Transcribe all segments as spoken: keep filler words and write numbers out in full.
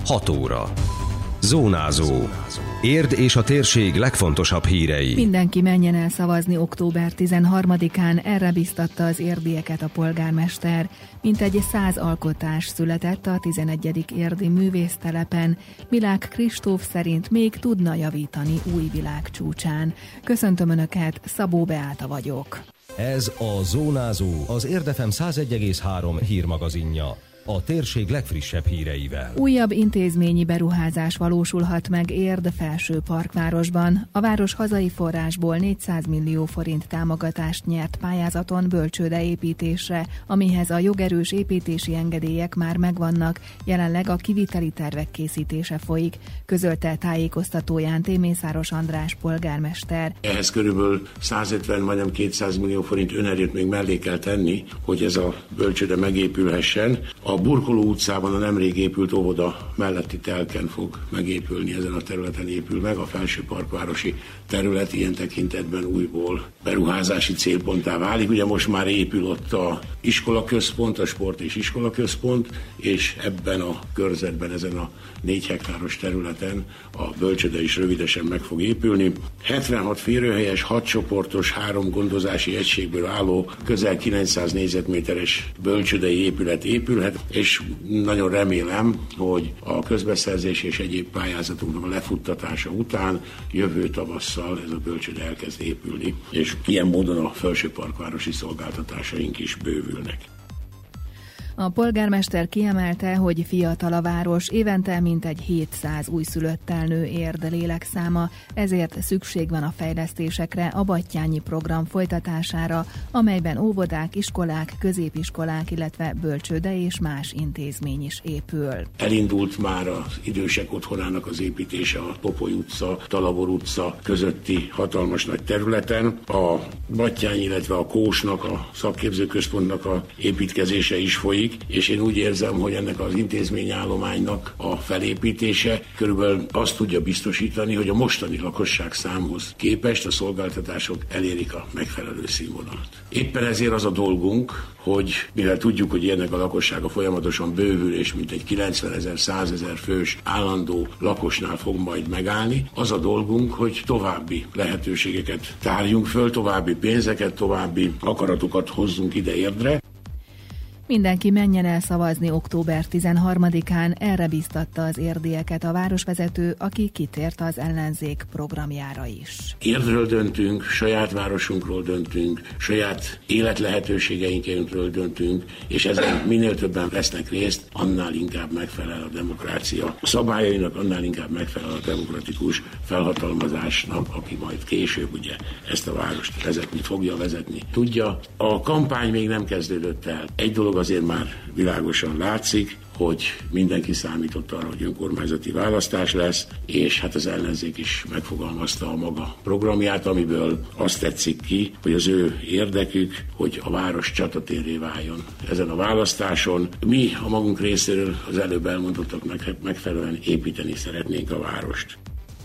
hat óra. Zónázó. Érd és a térség legfontosabb hírei. Mindenki menjen el szavazni október tizenharmadikán, erre biztatta az érdieket a polgármester. Mintegy száz alkotás született a tizenegyedik érdi művésztelepen. Milák Kristóf szerint még tudna javítani új világ csúcsán. Köszöntöm Önöket, Szabó Beáta vagyok. Ez a Zónázó, az Érd ef em száz egy egész három hírmagazinja. A térség legfrissebb híreivel. Újabb intézményi beruházás valósulhat meg Érd felső parkvárosban. A város hazai forrásból négyszáz millió forint támogatást nyert pályázaton bölcsőde építésre, amihez a jogerős építési engedélyek már megvannak, jelenleg a kiviteli tervek készítése folyik, közölte tájékoztatóján Mészáros András polgármester. Ehhez körülbelül százötven, majdnem kétszáz millió forint önerőt még mellé kell tenni, hogy ez a bölcsőde megépülhessen. A Burkoló utcában a nemrég épült óvoda melletti telken fog megépülni, ezen a területen épül meg. A felső parkvárosi terület ilyen tekintetben újból beruházási célponttá válik. Ugye most már épül ott a iskolaközpont, a sport és iskolaközpont, és ebben a körzetben, ezen a négy hektáros területen a bölcsőde is rövidesen meg fog épülni. hetvenhat férőhelyes, hat csoportos, három gondozási egységből álló, közel kilencszáz négyzetméteres bölcsődei épület épülhet, és nagyon remélem, hogy a közbeszerzés és egyéb pályázatunknak a lefuttatása után jövő tavasszal ez a bölcsőde elkezd épülni, és ilyen módon a felső parkvárosi szolgáltatásaink is bővülnek. A polgármester kiemelte, hogy fiatal a város, évente mintegy hétszáz újszülöttel nő Érd lélekszáma, ezért szükség van a fejlesztésekre, a Battyányi program folytatására, amelyben óvodák, iskolák, középiskolák, illetve bölcsőde és más intézmény is épül. Elindult már az idősek otthonának az építése a Popoly utca, Talabor utca közötti hatalmas nagy területen. A Battyány, illetve a Kósnak, a szakképzőközpontnak a építkezése is folyik, és én úgy érzem, hogy ennek az intézményállománynak a felépítése körülbelül azt tudja biztosítani, hogy a mostani lakosság számhoz képest a szolgáltatások elérik a megfelelő színvonalat. Éppen ezért az a dolgunk, hogy mivel tudjuk, hogy ennek a lakossága folyamatosan bővül, és mintegy kilencvenezer, százezer fős állandó lakosnál fog majd megállni, az a dolgunk, hogy további lehetőségeket tárjunk föl, további pénzeket, további akaratokat hozzunk ide Érdre. Mindenki menjen el szavazni október tizenharmadikán, erre biztatta az érdieket a városvezető, aki kitért az ellenzék programjára is. Érdről döntünk, saját városunkról döntünk, saját életlehetőségeinkről döntünk, és ezen minél többen vesznek részt, annál inkább megfelel a demokrácia szabályainak, annál inkább megfelel a demokratikus felhatalmazásnak, aki majd később ugye ezt a várost vezetni fogja, vezetni tudja. A kampány még nem kezdődött el. Egy dolog azért már világosan látszik, hogy mindenki számított arra, hogy önkormányzati választás lesz, és hát az ellenzék is megfogalmazta a maga programját, amiből azt tetszik ki, hogy az ő érdekük, hogy a város csatatérré váljon ezen a választáson. Mi a magunk részéről az előbb elmondottaknak megfelelően építeni szeretnénk a várost.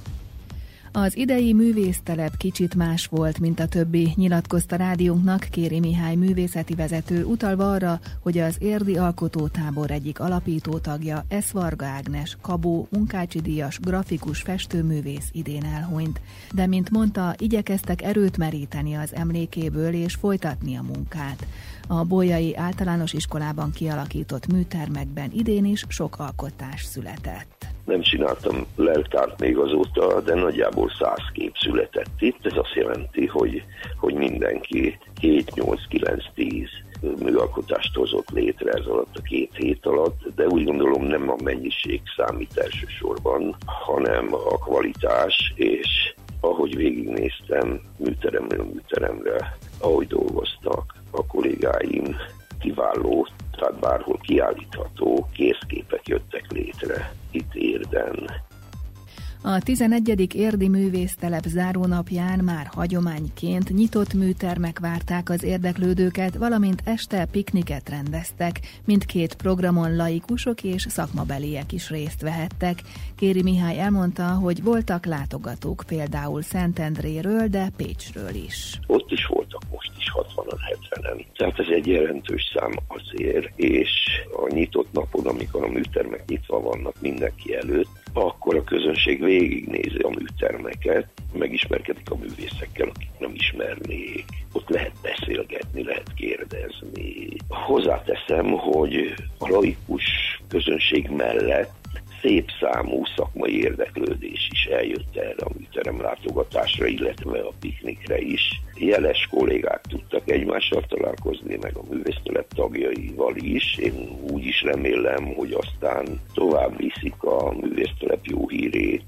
Az idei művésztelep kicsit más volt, mint a többi, nyilatkozta rádiónknak Kéri Mihály művészeti vezető, utalva arra, hogy az érdi alkotótábor egyik alapító tagja, Esz Varga Ágnes, Kabó, munkácsi díjas, grafikus, festőművész idén elhunyt. De mint mondta, igyekeztek erőt meríteni az emlékéből és folytatni a munkát. A Bolyai Általános Iskolában kialakított műtermekben idén is sok alkotás született. Nem csináltam leltárt még azóta, de nagyjából száz kép született itt. Ez azt jelenti, hogy, hogy mindenki hét, nyolc, kilenc, tíz műalkotást hozott létre ez alatt a két hét alatt, de úgy gondolom nem a mennyiség számít elsősorban, hanem a kvalitás, és ahogy végignéztem műteremről műteremre, ahogy dolgoztak a kollégáim, kiváló, tehát bárhol kiállítható készképek jöttek létre itt Érden. A tizenegyedik érdi művésztelep zárónapján már hagyományként nyitott műtermek várták az érdeklődőket, valamint este pikniket rendeztek. Mindkét programon laikusok és szakmabeliek is részt vehettek. Kéri Mihály elmondta, hogy voltak látogatók például Szentendréről, de Pécsről is. Ott is voltak most is hatvanan, hetvenen. Tehát ez egy jelentős szám azért, és a nyitott napon, amikor a műtermek nyitva vannak mindenki előtt, akkor a közönség végignézi a műtermeket, megismerkedik a művészekkel, akik nem ismernék. Ott lehet beszélgetni, lehet kérdezni. Hozzáteszem, hogy a laikus közönség mellett szép számú szakmai érdeklődés is eljött erre a műterem látogatásra, illetve a piknikre is. Jeles kollégák tudtak egymással találkozni, meg a művésztelep tagjaival is. Én úgy is remélem, hogy aztán tovább viszik a művésztelep jó hírét.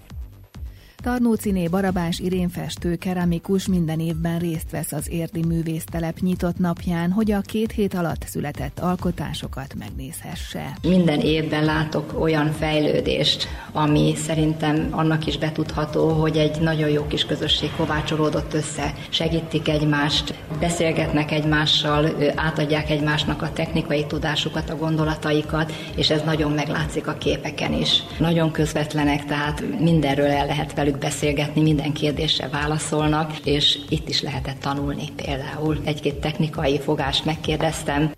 Tarnóciné Barabás Irén festő keramikus minden évben részt vesz az érdi művésztelep nyitott napján, hogy a két hét alatt született alkotásokat megnézhesse. Minden évben látok olyan fejlődést, ami szerintem annak is betudható, hogy egy nagyon jó kis közösség kovácsolódott össze, segítik egymást, beszélgetnek egymással, átadják egymásnak a technikai tudásukat, a gondolataikat, és ez nagyon meglátszik a képeken is. Nagyon közvetlenek, tehát mindenről el lehet velük beszélgetni, minden kérdésre válaszolnak, és itt is lehetett tanulni például. Egy-két technikai fogást megkérdeztem.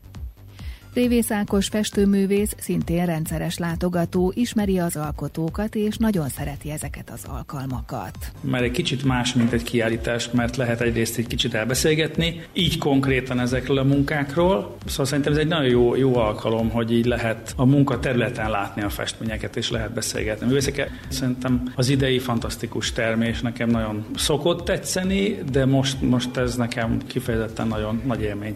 Révész Ákos festőművész, szintén rendszeres látogató, ismeri az alkotókat, és nagyon szereti ezeket az alkalmakat. Már egy kicsit más, mint egy kiállítás, mert lehet egyrészt egy kicsit elbeszélgetni, így konkrétan ezekről a munkákról. Szóval szerintem ez egy nagyon jó, jó alkalom, hogy így lehet a munka területen látni a festményeket, és lehet beszélgetni. Művészekkel szerintem az idei fantasztikus termés nekem nagyon szokott tetszeni, de most, most ez nekem kifejezetten nagyon nagy élmény.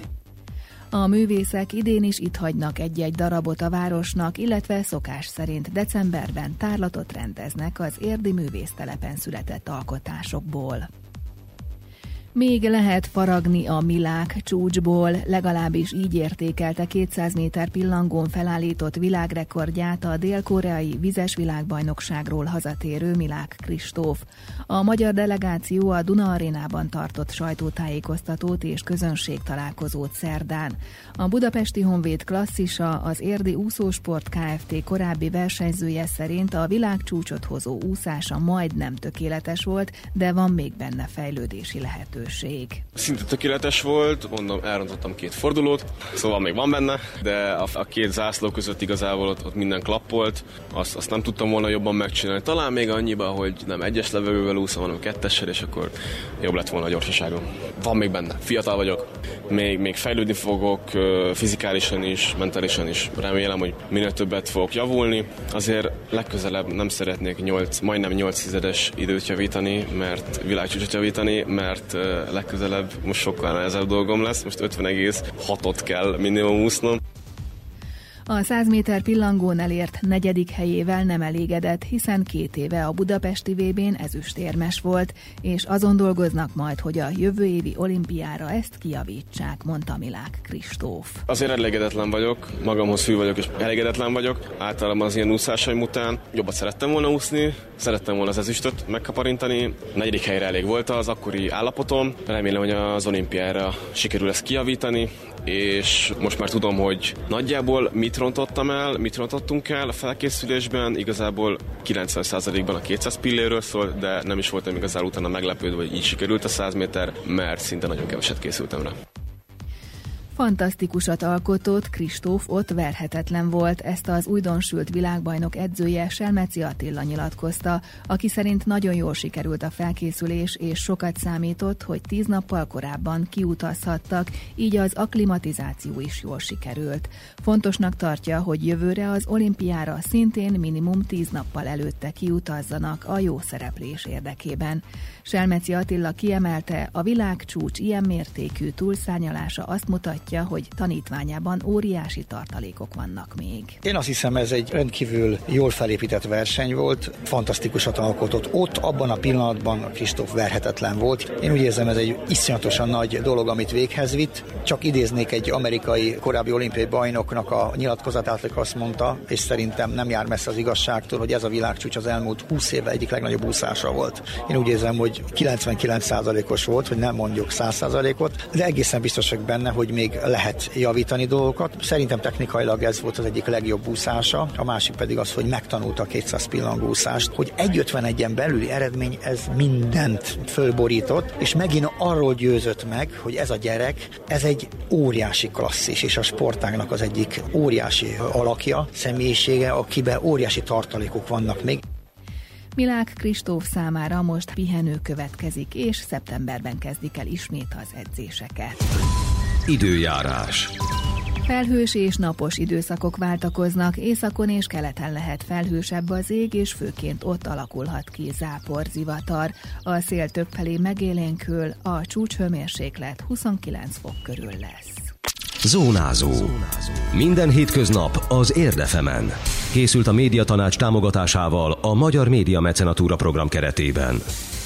A művészek idén is itt hagynak egy-egy darabot a városnak, illetve szokás szerint decemberben tárlatot rendeznek az érdi művésztelepen született alkotásokból. Még lehet faragni a Milák csúcsból, legalábbis így értékelte kétszáz méter pillangón felállított világrekordját a dél-koreai vizes világbajnokságról hazatérő Milák Kristóf. A magyar delegáció a Duna Arénában tartott sajtótájékoztatót és közönségtalálkozót szerdán. A budapesti Honvéd klasszisa, az Érdi Úszósport Kft. Korábbi versenyzője szerint a világcsúcsot hozó úszása majdnem tökéletes volt, de van még benne fejlődési lehetőség. Szinte tökéletes volt, mondom, elrontottam két fordulót, szóval még van benne, de a, a két zászló között igazából ott, ott minden klappolt, azt, azt nem tudtam volna jobban megcsinálni. Talán még annyiba, hogy nem egyes levegővel úszom, hanem kettessel, és akkor jobb lett volna a gyorsaságom. Van még benne, fiatal vagyok, még, még fejlődni fogok fizikálisan is, mentálisan is. Remélem, hogy minél többet fogok javulni. Azért legközelebb nem szeretnék nyolc, majdnem nyolc tizedes időt javítani, mert világcsúcsot javítani, mert legközelebb most sokkal nehezebb dolgom lesz, most ötven egész hatot kell minimum úsznom. A száz méter pillangón elért negyedik helyével nem elégedett, hiszen két éve a budapesti vé bén ezüstérmes volt, és azon dolgoznak majd, hogy a jövő évi olimpiára ezt kijavítsák, mondta Milák Kristóf. Azért elégedetlen vagyok, magamhoz hű vagyok és elégedetlen vagyok. Általában az ilyen úszásaim után jobbat szerettem volna úszni, szerettem volna az ezüstöt megkaparintani. A negyedik helyre elég volt az akkori állapotom. Remélem, hogy az olimpiára sikerül ezt kijavítani, és most már tudom, hogy nagyjából mit rontottam el, mit rontottunk el a felkészülésben. Igazából kilencven százalékban a kétszáz pilléről szól, de nem is voltam igazából utána meglepődve, hogy így sikerült a száz méter, mert szinte nagyon keveset készültem rá. Fantasztikusat alkotott, Kristóf ott verhetetlen volt, ezt az újdonsült világbajnok edzője Selmeci Attila nyilatkozta, aki szerint nagyon jól sikerült a felkészülés, és sokat számított, hogy tíz nappal korábban kiutazhattak, így az akklimatizáció is jól sikerült. Fontosnak tartja, hogy jövőre az olimpiára szintén minimum tíz nappal előtte kiutazzanak a jó szereplés érdekében. Selmeci Attila kiemelte, a világcsúcs ilyen mértékű túlszárnyalása azt mutatja, mutatja, hogy tanítványában óriási tartalékok vannak még. Én azt hiszem, ez egy rendkívül jól felépített verseny volt, fantasztikusat alkotott. Ott, abban a pillanatban Kristóf verhetetlen volt. Én úgy érzem, ez egy iszonyatosan nagy dolog, amit véghez vitt. Csak idéznék egy amerikai korábbi olimpiai bajnoknak a nyilatkozatát, aki azt mondta, és szerintem nem jár messze az igazságtól, hogy ez a világcsúcs az elmúlt húsz évben egyik legnagyobb úszása volt. Én úgy érzem, hogy kilencvenkilenc százalékos volt, hogy nem mondjuk száz százalékot, de egészen biztos vagyok benne, hogy még lehet javítani dolgokat. Szerintem technikailag ez volt az egyik legjobb úszása, a másik pedig az, hogy megtanulta a kétszáz pillangóúszást, hogy egy ötvenegyen belüli eredmény ez mindent fölborított, és megint arról győzött meg, hogy ez a gyerek, ez egy óriási klasszis, és a sportágnak az egyik óriási alakja, személyisége, akiben óriási tartalékok vannak még. Milák Kristóf számára most pihenő következik, és szeptemberben kezdik el ismét az edzéseket. Időjárás. Felhős és napos időszakok váltakoznak, északon és keleten lehet felhősebb az ég, és főként ott alakulhat ki záporzivatar. A szél többfelé megélénkül, a csúcshőmérséklet huszonkilenc fok körül lesz. Zónázó. Minden hétköznap az Érd ef emen. Készült a Médiatanács támogatásával a Magyar Média Mecenatúra program keretében.